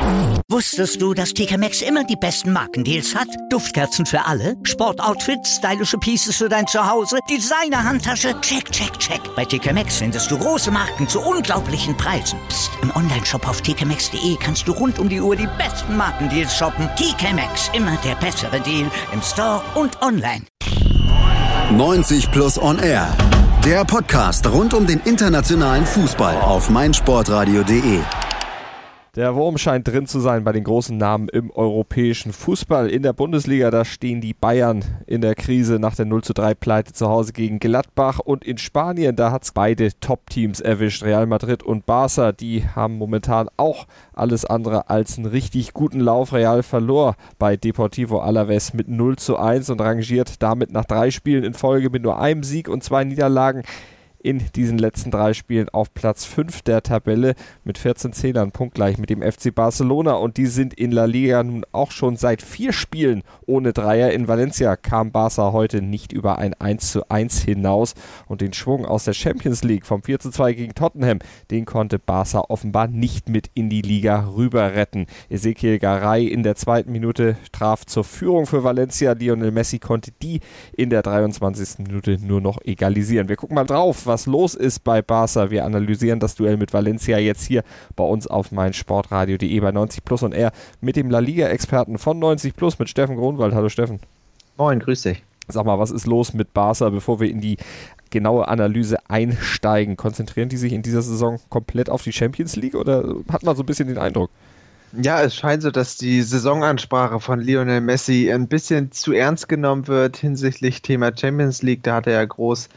Wusstest du, dass TK Maxx immer die besten Markendeals hat? Duftkerzen für alle, Sportoutfits, stylische Pieces für dein Zuhause, Designer-Handtasche, check, check, check. Bei TK Maxx findest du große Marken zu unglaublichen Preisen. Psst. Im Onlineshop auf tkmaxx.de kannst du rund um die Uhr die besten Markendeals shoppen. TK Maxx, immer der bessere Deal im Store und online. 90 Plus on Air. Der Podcast rund um den internationalen Fußball auf meinsportradio.de. Der Wurm scheint drin zu sein bei den großen Namen im europäischen Fußball. In der Bundesliga, da stehen die Bayern in der Krise nach der 0:3-Pleite zu Hause gegen Gladbach. Und in Spanien, da hat es beide Top-Teams erwischt. Real Madrid und Barca, die haben momentan auch alles andere als einen richtig guten Lauf. Real verlor bei Deportivo Alavés mit 0:1 und rangiert damit nach 3 Spielen in Folge mit nur einem Sieg und 2 Niederlagen in diesen letzten 3 Spielen auf Platz 5 der Tabelle mit 14 Zählern, punktgleich mit dem FC Barcelona. Und die sind in La Liga nun auch schon seit 4 Spielen ohne Dreier. In Valencia kam Barca heute nicht über ein 1:1 hinaus. Und den Schwung aus der Champions League vom 4:2 gegen Tottenham, den konnte Barca offenbar nicht mit in die Liga rüber retten. Ezequiel Garay in der 2. Minute traf zur Führung für Valencia. Lionel Messi konnte die in der 23. Minute nur noch egalisieren. Wir gucken mal drauf, was los ist bei Barca. Wir analysieren das Duell mit Valencia jetzt hier bei uns auf meinsportradio.de bei 90 Plus on Air mit dem La Liga-Experten von 90 Plus, mit Steffen Gronwald. Hallo Steffen. Moin, grüß dich. Sag mal, was ist los mit Barca, bevor wir in die genaue Analyse einsteigen? Konzentrieren die sich in dieser Saison komplett auf die Champions League oder hat man so ein bisschen den Eindruck? Ja, es scheint so, dass die Saisonansprache von Lionel Messi ein bisschen zu ernst genommen wird hinsichtlich Thema Champions League. Da hat er ja groß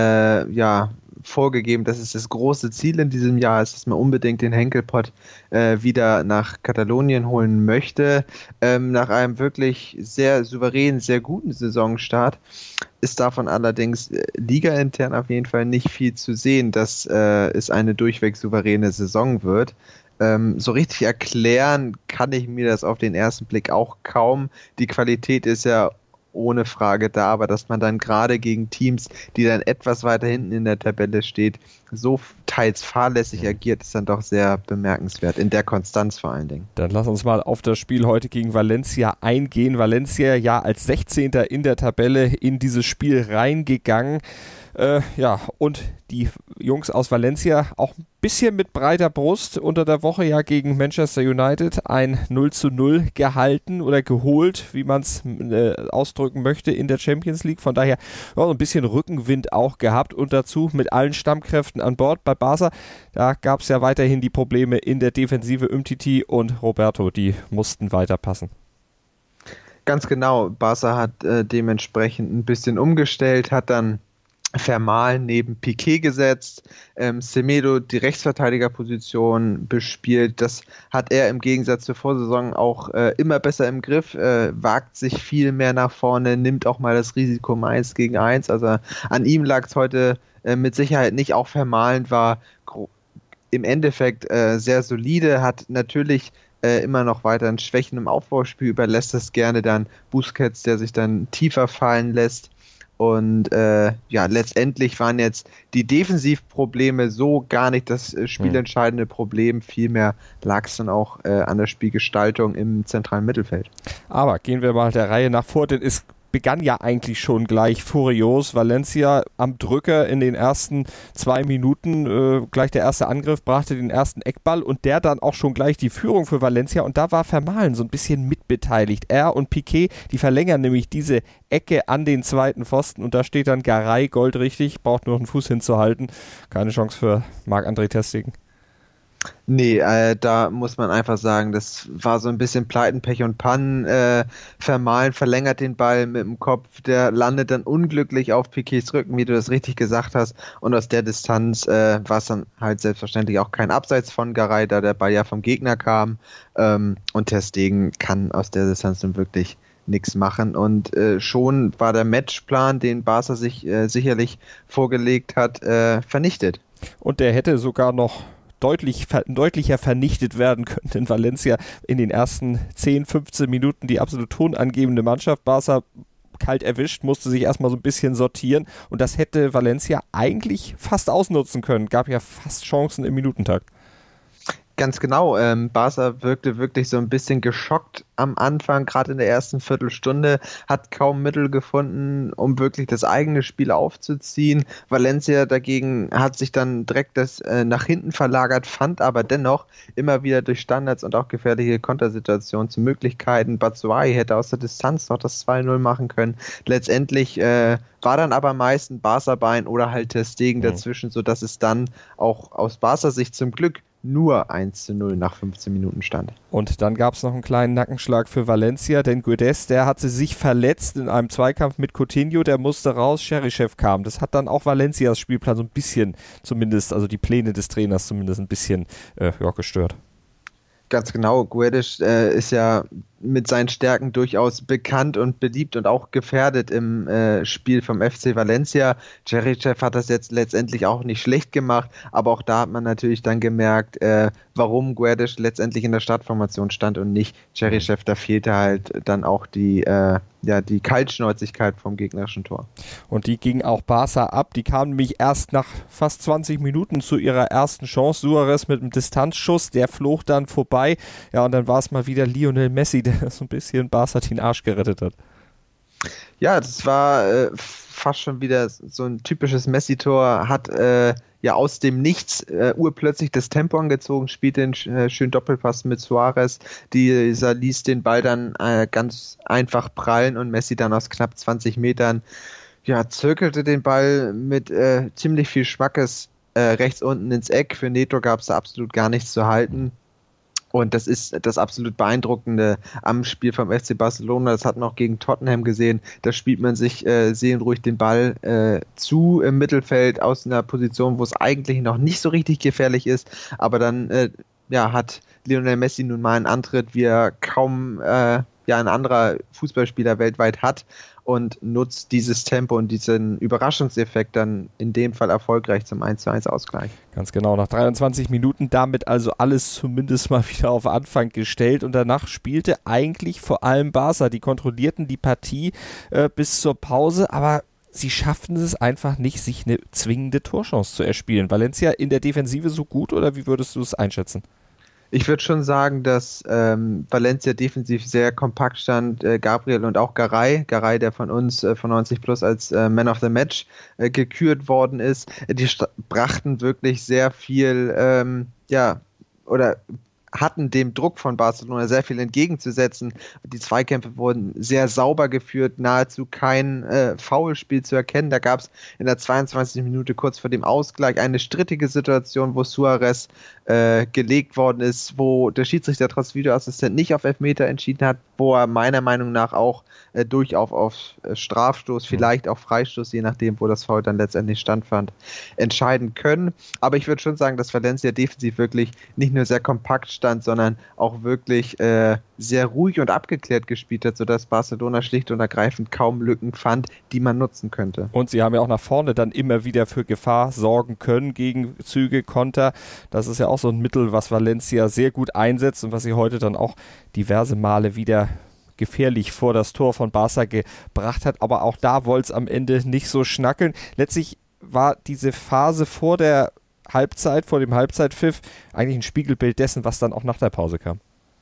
vorgegeben, dass es das große Ziel in diesem Jahr ist, dass man unbedingt den Henkelpott wieder nach Katalonien holen möchte. Nach einem wirklich sehr souveränen, sehr guten Saisonstart ist davon allerdings ligaintern auf jeden Fall nicht viel zu sehen, dass es eine durchweg souveräne Saison wird. So richtig erklären kann ich mir das auf den ersten Blick auch kaum. Die Qualität ist ja ohne Frage da, aber dass man dann gerade gegen Teams, die dann etwas weiter hinten in der Tabelle steht, so teils fahrlässig agiert, ist dann doch sehr bemerkenswert, in der Konstanz vor allen Dingen. Dann lass uns mal auf das Spiel heute gegen Valencia eingehen. Valencia ja als 16. in der Tabelle in dieses Spiel reingegangen. Und die Jungs aus Valencia auch ein bisschen mit breiter Brust unter der Woche ja gegen Manchester United ein 0:0 gehalten oder geholt, wie man es ausdrücken möchte, in der Champions League. Von daher so ein bisschen Rückenwind auch gehabt und dazu mit allen Stammkräften an Bord. Bei Barca, da gab es ja weiterhin die Probleme in der Defensive. Umtiti und Roberto, die mussten weiterpassen. Ganz genau, Barca hat dementsprechend ein bisschen umgestellt, hat dann Vermaelen neben Piqué gesetzt, Semedo die Rechtsverteidigerposition bespielt. Das hat er im Gegensatz zur Vorsaison auch immer besser im Griff, wagt sich viel mehr nach vorne, nimmt auch mal das Risiko 1 gegen 1. Also an ihm lag es heute mit Sicherheit nicht. Auch Vermaelen war im Endeffekt sehr solide, hat natürlich immer noch weiter in Schwächen im Aufbauspiel, überlässt es gerne dann Busquets, der sich dann tiefer fallen lässt. Und letztendlich waren jetzt die Defensivprobleme so gar nicht das spielentscheidende Problem. Vielmehr lag es dann auch an der Spielgestaltung im zentralen Mittelfeld. Aber gehen wir mal der Reihe nach vor, denn es begann ja eigentlich schon gleich furios. Valencia am Drücker in den ersten 2 Minuten. Gleich der erste Angriff brachte den ersten Eckball und der dann auch schon gleich die Führung für Valencia. Und da war Vermaelen so ein bisschen mitbeteiligt. Er und Piqué, die verlängern nämlich diese Ecke an den zweiten Pfosten. Und da steht dann Garay goldrichtig, braucht nur noch einen Fuß hinzuhalten. Keine Chance für Marc-André ter Stegen. Nee, da muss man einfach sagen, das war so ein bisschen Pleiten, Pech und Pannen. Vermaelen verlängert den Ball mit dem Kopf, der landet dann unglücklich auf Piqués Rücken, wie du das richtig gesagt hast. Und aus der Distanz war es dann halt selbstverständlich auch kein Abseits von Garay, da der Ball ja vom Gegner kam. Und ter Stegen kann aus der Distanz nun wirklich nichts machen. Und schon war der Matchplan, den Barca sich sicherlich vorgelegt hat, vernichtet. Und der hätte sogar noch deutlicher vernichtet werden können in Valencia in den ersten 10, 15 Minuten. Die absolut tonangebende Mannschaft. Barca kalt erwischt, musste sich erstmal so ein bisschen sortieren und das hätte Valencia eigentlich fast ausnutzen können. Gab ja fast Chancen im Minutentakt. Ganz genau. Barca wirkte wirklich so ein bisschen geschockt am Anfang, gerade in der ersten Viertelstunde, hat kaum Mittel gefunden, um wirklich das eigene Spiel aufzuziehen. Valencia dagegen hat sich dann direkt nach hinten verlagert, fand aber dennoch immer wieder durch Standards und auch gefährliche Kontersituationen zu Möglichkeiten. Batshuayi hätte aus der Distanz noch das 2-0 machen können. Letztendlich war dann aber meist ein Barca-Bein oder halt Ter Stegen dazwischen, sodass es dann auch aus Barca-Sicht zum Glück nur 1-0 nach 15 Minuten stand. Und dann gab es noch einen kleinen Nackenschlag für Valencia, denn Guedes, der hatte sich verletzt in einem Zweikampf mit Coutinho, der musste raus, Cheryshev kam. Das hat dann auch Valencias Spielplan so ein bisschen zumindest, also die Pläne des Trainers zumindest ein bisschen gestört. Ganz genau, Guedes ist ja mit seinen Stärken durchaus bekannt und beliebt und auch gefährdet im Spiel vom FC Valencia. Cheryshev hat das jetzt letztendlich auch nicht schlecht gemacht, aber auch da hat man natürlich dann gemerkt, warum Guedes letztendlich in der Startformation stand und nicht Cheryshev. Da fehlte halt dann auch die Kaltschnäuzigkeit vom gegnerischen Tor. Und die ging auch Barca ab. Die kam nämlich erst nach fast 20 Minuten zu ihrer ersten Chance. Suarez mit einem Distanzschuss, der flog dann vorbei. Ja, und dann war es mal wieder Lionel Messi, der so ein bisschen Barca den Arsch gerettet hat. Ja, das war fast schon wieder so ein typisches Messi-Tor, hat aus dem Nichts urplötzlich das Tempo angezogen, spielt den schönen Doppelpass mit Suarez, dieser ließ den Ball dann ganz einfach prallen und Messi dann aus knapp 20 Metern zirkelte den Ball mit ziemlich viel Schmackes rechts unten ins Eck. Für Neto gab es da absolut gar nichts zu halten. Und das ist das absolut Beeindruckende am Spiel vom FC Barcelona. Das hat man auch gegen Tottenham gesehen. Da spielt man sich seelenruhig den Ball zu im Mittelfeld aus einer Position, wo es eigentlich noch nicht so richtig gefährlich ist. Aber dann hat Lionel Messi nun mal einen Antritt, wie er kaum ein anderer Fußballspieler weltweit hat, und nutzt dieses Tempo und diesen Überraschungseffekt dann in dem Fall erfolgreich zum 1:1 Ausgleich. Ganz genau, nach 23 Minuten damit also alles zumindest mal wieder auf Anfang gestellt und danach spielte eigentlich vor allem Barca. Die kontrollierten die Partie bis zur Pause, aber sie schafften es einfach nicht, sich eine zwingende Torchance zu erspielen. Valencia in der Defensive so gut, oder wie würdest du es einschätzen? Ich würde schon sagen, dass Valencia defensiv sehr kompakt stand. Gabriel und auch Garay, der von uns von 90 Plus als Man of the Match gekürt worden ist, die brachten wirklich sehr viel, hatten dem Druck von Barcelona sehr viel entgegenzusetzen. Die Zweikämpfe wurden sehr sauber geführt, nahezu kein Foulspiel zu erkennen. Da gab es in der 22. Minute kurz vor dem Ausgleich eine strittige Situation, wo Suarez gelegt worden ist, wo der Schiedsrichter trotz Videoassistent nicht auf Elfmeter entschieden hat, wo er meiner Meinung nach auch durchaus auf Strafstoß, vielleicht auch Freistoß, je nachdem, wo das Foul dann letztendlich standfand, entscheiden können. Aber ich würde schon sagen, dass Valencia defensiv wirklich nicht nur sehr kompakt stand, sondern auch wirklich sehr ruhig und abgeklärt gespielt hat, sodass Barcelona schlicht und ergreifend kaum Lücken fand, die man nutzen könnte. Und sie haben ja auch nach vorne dann immer wieder für Gefahr sorgen können, Gegenzüge, Konter. Das ist ja auch so ein Mittel, was Valencia sehr gut einsetzt und was sie heute dann auch diverse Male wieder gefährlich vor das Tor von Barca gebracht hat. Aber auch da wollte es am Ende nicht so schnackeln. Letztlich war diese Phase vor der Halbzeit, vor dem Halbzeitpfiff, eigentlich ein Spiegelbild dessen, was dann auch nach der Pause kam.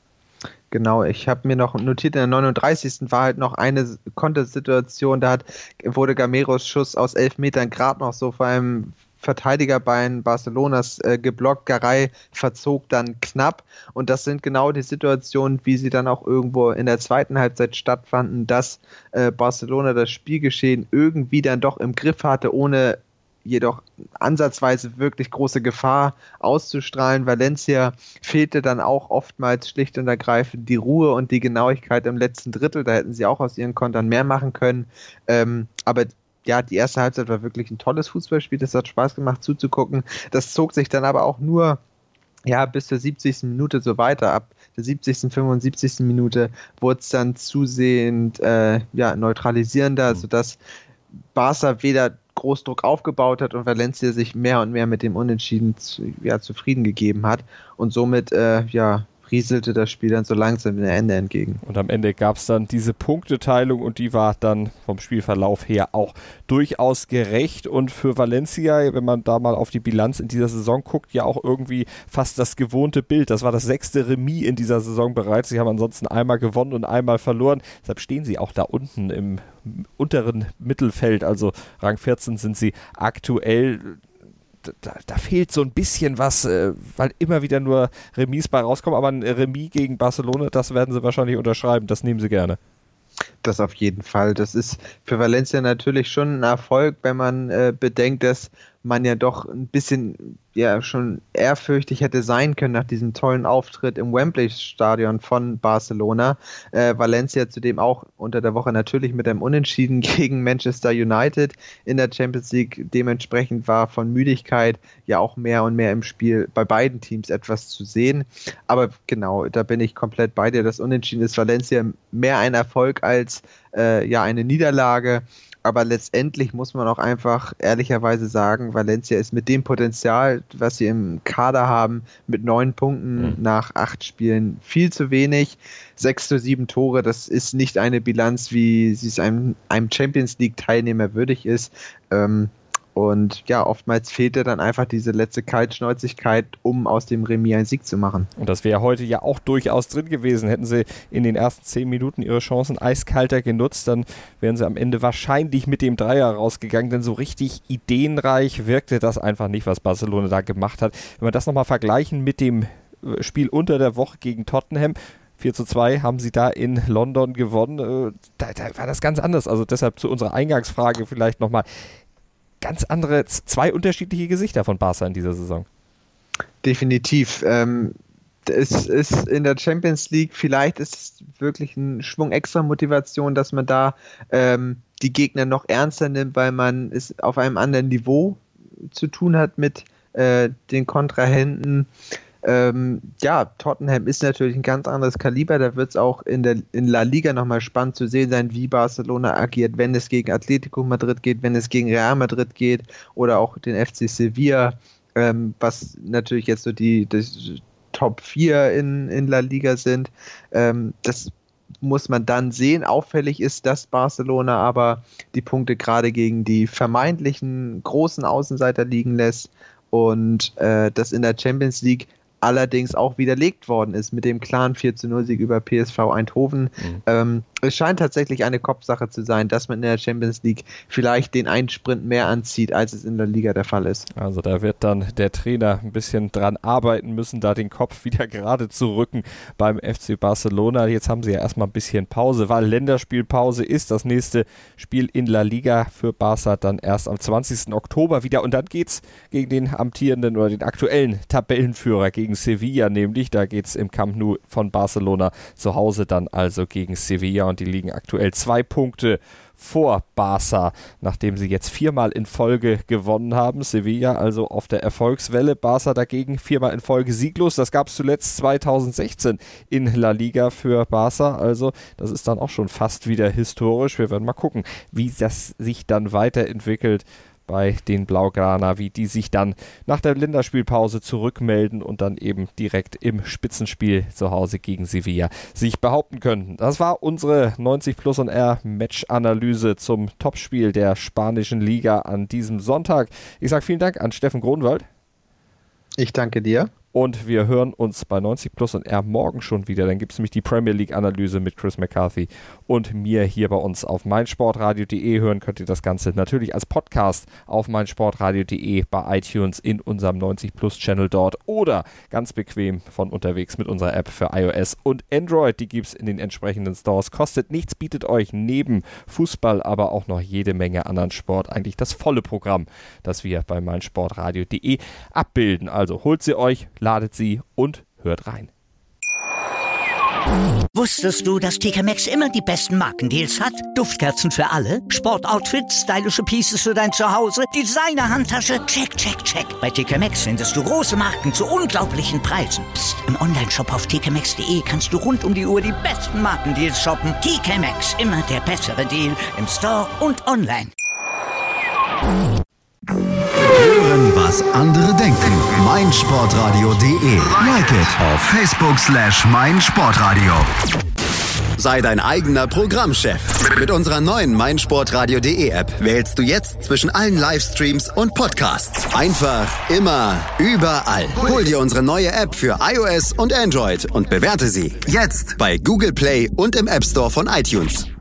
Genau, ich habe mir noch notiert, in der 39. war halt noch eine Kontersituation, da wurde Gameros Schuss aus 11 Metern gerade noch so vor einem Verteidigerbein Barcelonas geblockt. Garay verzog dann knapp, und das sind genau die Situationen, wie sie dann auch irgendwo in der zweiten Halbzeit stattfanden, dass Barcelona das Spielgeschehen irgendwie dann doch im Griff hatte, ohne jedoch ansatzweise wirklich große Gefahr auszustrahlen. Valencia fehlte dann auch oftmals schlicht und ergreifend die Ruhe und die Genauigkeit im letzten Drittel. Da hätten sie auch aus ihren Kontern mehr machen können. Aber ja, die erste Halbzeit war wirklich ein tolles Fußballspiel. Das hat Spaß gemacht zuzugucken. Das zog sich dann aber auch nur bis zur 70. Minute so weiter. Ab der 70., 75. Minute wurde es dann zusehend neutralisierender, sodass Barca weder Großdruck aufgebaut hat und Valencia sich mehr und mehr mit dem Unentschieden zufrieden gegeben hat und somit rieselte das Spiel dann so langsam dem Ende entgegen. Und am Ende gab es dann diese Punkteteilung und die war dann vom Spielverlauf her auch durchaus gerecht. Und für Valencia, wenn man da mal auf die Bilanz in dieser Saison guckt, ja auch irgendwie fast das gewohnte Bild. Das war das 6. Remis in dieser Saison bereits. Sie haben ansonsten einmal gewonnen und einmal verloren. Deshalb stehen sie auch da unten im unteren Mittelfeld. Also Rang 14 sind sie aktuell. Da fehlt so ein bisschen was, weil immer wieder nur Remis bei rauskommen, aber ein Remis gegen Barcelona, das werden sie wahrscheinlich unterschreiben, das nehmen sie gerne. Das auf jeden Fall. Das ist für Valencia natürlich schon ein Erfolg, wenn man bedenkt, dass man ja doch ein bisschen schon ehrfürchtig hätte sein können nach diesem tollen Auftritt im Wembley-Stadion von Barcelona. Valencia zudem auch unter der Woche natürlich mit einem Unentschieden gegen Manchester United in der Champions League. Dementsprechend war von Müdigkeit ja auch mehr und mehr im Spiel bei beiden Teams etwas zu sehen. Aber genau, da bin ich komplett bei dir. Das Unentschieden ist Valencia mehr ein Erfolg als eine Niederlage. Aber letztendlich muss man auch einfach ehrlicherweise sagen, Valencia ist mit dem Potenzial, was sie im Kader haben, mit 9 Punkten nach 8 Spielen viel zu wenig. 6-7 Tore, das ist nicht eine Bilanz, wie sie es einem Champions League Teilnehmer würdig ist. Und ja, oftmals fehlte dann einfach diese letzte Kaltschnäuzigkeit, um aus dem Remis einen Sieg zu machen. Und das wäre heute ja auch durchaus drin gewesen. Hätten sie in den ersten 10 Minuten ihre Chancen eiskalter genutzt, dann wären sie am Ende wahrscheinlich mit dem Dreier rausgegangen, denn so richtig ideenreich wirkte das einfach nicht, was Barcelona da gemacht hat. Wenn wir das nochmal vergleichen mit dem Spiel unter der Woche gegen Tottenham, 4-2 haben sie da in London gewonnen. Da war das ganz anders. Also deshalb zu unserer Eingangsfrage vielleicht nochmal. Ganz andere, 2 unterschiedliche Gesichter von Barca in dieser Saison. Definitiv. Es ist in der Champions League, vielleicht ist es wirklich ein Schwung extra Motivation, dass man da die Gegner noch ernster nimmt, weil man es auf einem anderen Niveau zu tun hat mit den Kontrahenten. Tottenham ist natürlich ein ganz anderes Kaliber, da wird es auch in La Liga nochmal spannend zu sehen sein, wie Barcelona agiert, wenn es gegen Atletico Madrid geht, wenn es gegen Real Madrid geht oder auch den FC Sevilla, was natürlich jetzt so die Top 4 in La Liga sind. Das muss man dann sehen. Auffällig ist, dass Barcelona aber die Punkte gerade gegen die vermeintlichen großen Außenseiter liegen lässt und das in der Champions League allerdings auch widerlegt worden ist mit dem klaren 4-0-Sieg über PSV Eindhoven. Es scheint tatsächlich eine Kopfsache zu sein, dass man in der Champions League vielleicht den einen Sprint mehr anzieht, als es in der Liga der Fall ist. Also da wird dann der Trainer ein bisschen dran arbeiten müssen, da den Kopf wieder gerade zu rücken beim FC Barcelona. Jetzt haben sie ja erstmal ein bisschen Pause, weil Länderspielpause ist. Das nächste Spiel in La Liga für Barca dann erst am 20. Oktober wieder. Und dann geht's gegen den amtierenden oder den aktuellen Tabellenführer, gegen Sevilla nämlich. Da geht's im Camp Nou von Barcelona zu Hause dann also gegen Sevilla. Und die liegen aktuell 2 Punkte vor Barca, nachdem sie jetzt 4-mal in Folge gewonnen haben. Sevilla also auf der Erfolgswelle, Barca dagegen 4-mal in Folge sieglos. Das gab es zuletzt 2016 in La Liga für Barca. Also das ist dann auch schon fast wieder historisch. Wir werden mal gucken, wie das sich dann weiterentwickelt bei den Blaugrana, wie die sich dann nach der Länderspielpause zurückmelden und dann eben direkt im Spitzenspiel zu Hause gegen Sevilla sich behaupten könnten. Das war unsere 90+OnAir Match-Analyse zum Topspiel der spanischen Liga an diesem Sonntag. Ich sage vielen Dank an Steffen Gronwald. Ich danke dir. Und wir hören uns bei 90+OnAir morgen schon wieder. Dann gibt es nämlich die Premier League-Analyse mit Chris McCarthy und mir hier bei uns auf meinsportradio.de. Hören könnt ihr das Ganze natürlich als Podcast auf meinsportradio.de, bei iTunes, in unserem 90+-Channel dort oder ganz bequem von unterwegs mit unserer App für iOS und Android. Die gibt es in den entsprechenden Stores. Kostet nichts, bietet euch neben Fußball aber auch noch jede Menge anderen Sport eigentlich das volle Programm, das wir bei meinsportradio.de abbilden. Also holt sie euch, ladet sie und hört rein. Wusstest du, dass TK Maxx immer die besten Markendeals hat? Duftkerzen für alle, Sportoutfits, stylische Pieces für dein Zuhause, Designer-Handtasche, check, check, check. Bei TK Maxx findest du große Marken zu unglaublichen Preisen. Psst. Im Onlineshop auf tkmaxx.de kannst du rund um die Uhr die besten Markendeals shoppen. TK Maxx, immer der bessere Deal im Store und online. Hören, was was andere denken. meinsportradio.de. Like it auf Facebook/meinsportradio. Sei dein eigener Programmchef. Mit unserer neuen meinsportradio.de App wählst du jetzt zwischen allen Livestreams und Podcasts. Einfach, immer, überall. Hol dir unsere neue App für iOS und Android und bewerte sie jetzt bei Google Play und im App Store von iTunes.